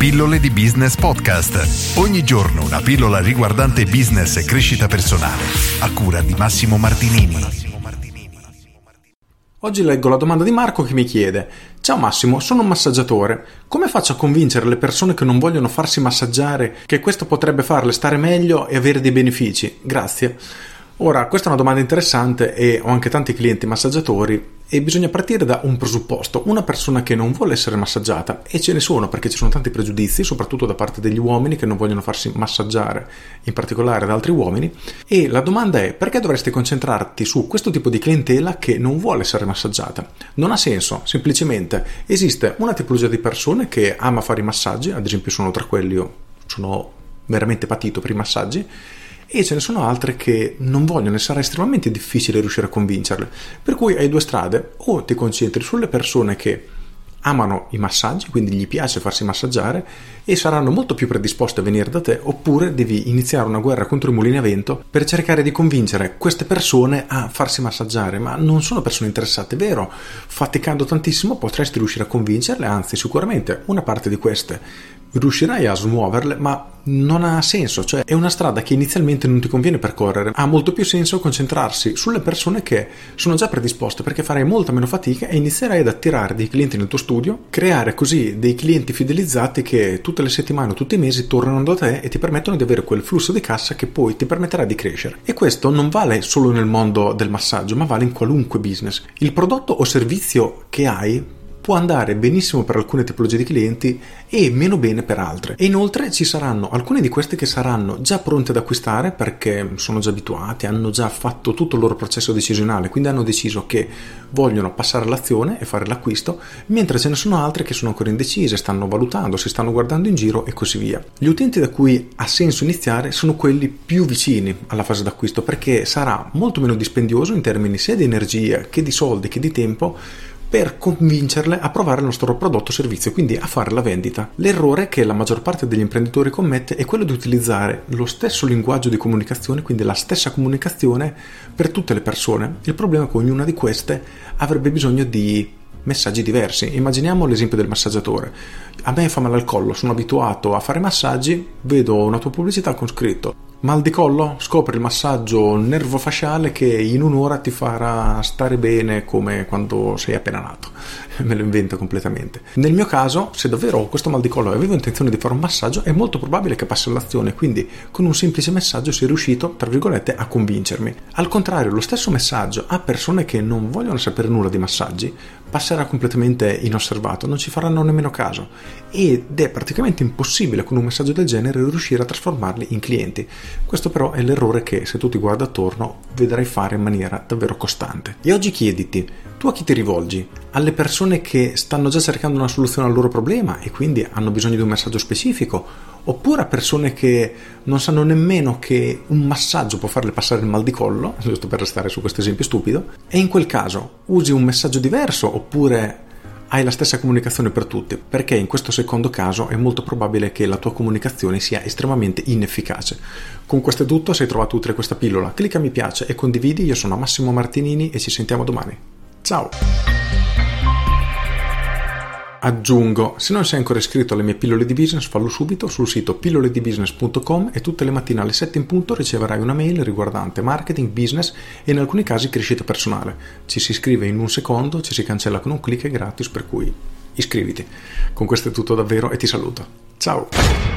Pillole di Business Podcast. Ogni giorno una pillola riguardante business e crescita personale. A cura di Massimo Martinini. Oggi leggo la domanda di Marco che mi chiede: ciao Massimo, sono un massaggiatore. Come faccio a convincere le persone che non vogliono farsi massaggiare che questo potrebbe farle stare meglio e avere dei benefici? Grazie. Ora, questa è una domanda interessante e ho anche tanti clienti massaggiatori e bisogna partire da un presupposto. Una persona che non vuole essere massaggiata, e ce ne sono perché ci sono tanti pregiudizi, soprattutto da parte degli uomini che non vogliono farsi massaggiare, in particolare da altri uomini, e la domanda è: perché dovresti concentrarti su questo tipo di clientela che non vuole essere massaggiata? Non ha senso, semplicemente esiste una tipologia di persone che ama fare i massaggi, ad esempio sono tra quelli, io sono veramente patito per i massaggi, e ce ne sono altre che non vogliono e sarà estremamente difficile riuscire a convincerle. Per cui hai due strade: o ti concentri sulle persone che amano i massaggi, quindi gli piace farsi massaggiare e saranno molto più predisposte a venire da te, oppure devi iniziare una guerra contro i mulini a vento per cercare di convincere queste persone a farsi massaggiare. Ma non sono persone interessate, vero? Faticando tantissimo potresti riuscire a convincerle, anzi sicuramente una parte di queste riuscirai a smuoverle, ma non ha senso, cioè è una strada che inizialmente non ti conviene percorrere. Ha molto più senso concentrarsi sulle persone che sono già predisposte, perché farai molta meno fatica e inizierai ad attirare dei clienti nel tuo studio, creare così dei clienti fidelizzati che tutte le settimane o tutti i mesi tornano da te e ti permettono di avere quel flusso di cassa che poi ti permetterà di crescere. E questo non vale solo nel mondo del massaggio, ma vale in qualunque business. Il prodotto o servizio che hai può andare benissimo per alcune tipologie di clienti e meno bene per altre. E inoltre ci saranno alcune di queste che saranno già pronte ad acquistare perché sono già abituati, hanno già fatto tutto il loro processo decisionale, quindi hanno deciso che vogliono passare all'azione e fare l'acquisto, mentre ce ne sono altre che sono ancora indecise, stanno valutando, si stanno guardando in giro e così via. Gli utenti da cui ha senso iniziare sono quelli più vicini alla fase d'acquisto, perché sarà molto meno dispendioso in termini sia di energia che di soldi che di tempo per convincerle a provare il nostro prodotto o servizio, quindi a fare la vendita. L'errore che la maggior parte degli imprenditori commette è quello di utilizzare lo stesso linguaggio di comunicazione, quindi la stessa comunicazione per tutte le persone. Il problema è che ognuna di queste avrebbe bisogno di messaggi diversi. Immaginiamo l'esempio del massaggiatore: a me fa male al collo, sono abituato a fare massaggi, vedo una tua pubblicità con scritto mal di collo, scopri il massaggio nervofasciale che in un'ora ti farà stare bene come quando sei appena nato. Me lo invento completamente. Nel mio caso, se davvero ho questo mal di collo e avevo intenzione di fare un massaggio, è molto probabile che passi all'azione, quindi con un semplice messaggio sei riuscito, tra virgolette, a convincermi. Al contrario, lo stesso messaggio a persone che non vogliono sapere nulla di massaggi passerà completamente inosservato, non ci faranno nemmeno caso, ed è praticamente impossibile con un messaggio del genere riuscire a trasformarli in clienti. Questo però è l'errore che, se tu ti guardi attorno, vedrai fare in maniera davvero costante. E oggi chiediti: tu a chi ti rivolgi? Alle persone che stanno già cercando una soluzione al loro problema e quindi hanno bisogno di un messaggio specifico? Oppure a persone che non sanno nemmeno che un massaggio può farle passare il mal di collo, giusto per restare su questo esempio stupido? E in quel caso usi un messaggio diverso oppure hai la stessa comunicazione per tutti? Perché in questo secondo caso è molto probabile che la tua comunicazione sia estremamente inefficace. Con questo è tutto, se hai trovato utile questa pillola clicca mi piace e condividi. Io sono Massimo Martinini e ci sentiamo domani. Ciao! Aggiungo, se non sei ancora iscritto alle mie pillole di business, fallo subito sul sito pilloledibusiness.com e tutte le mattine alle 7 in punto riceverai una mail riguardante marketing, business e in alcuni casi crescita personale. Ci si iscrive in un secondo, ci si cancella con un click, è gratis, per cui iscriviti. Con questo è tutto davvero e ti saluto. Ciao!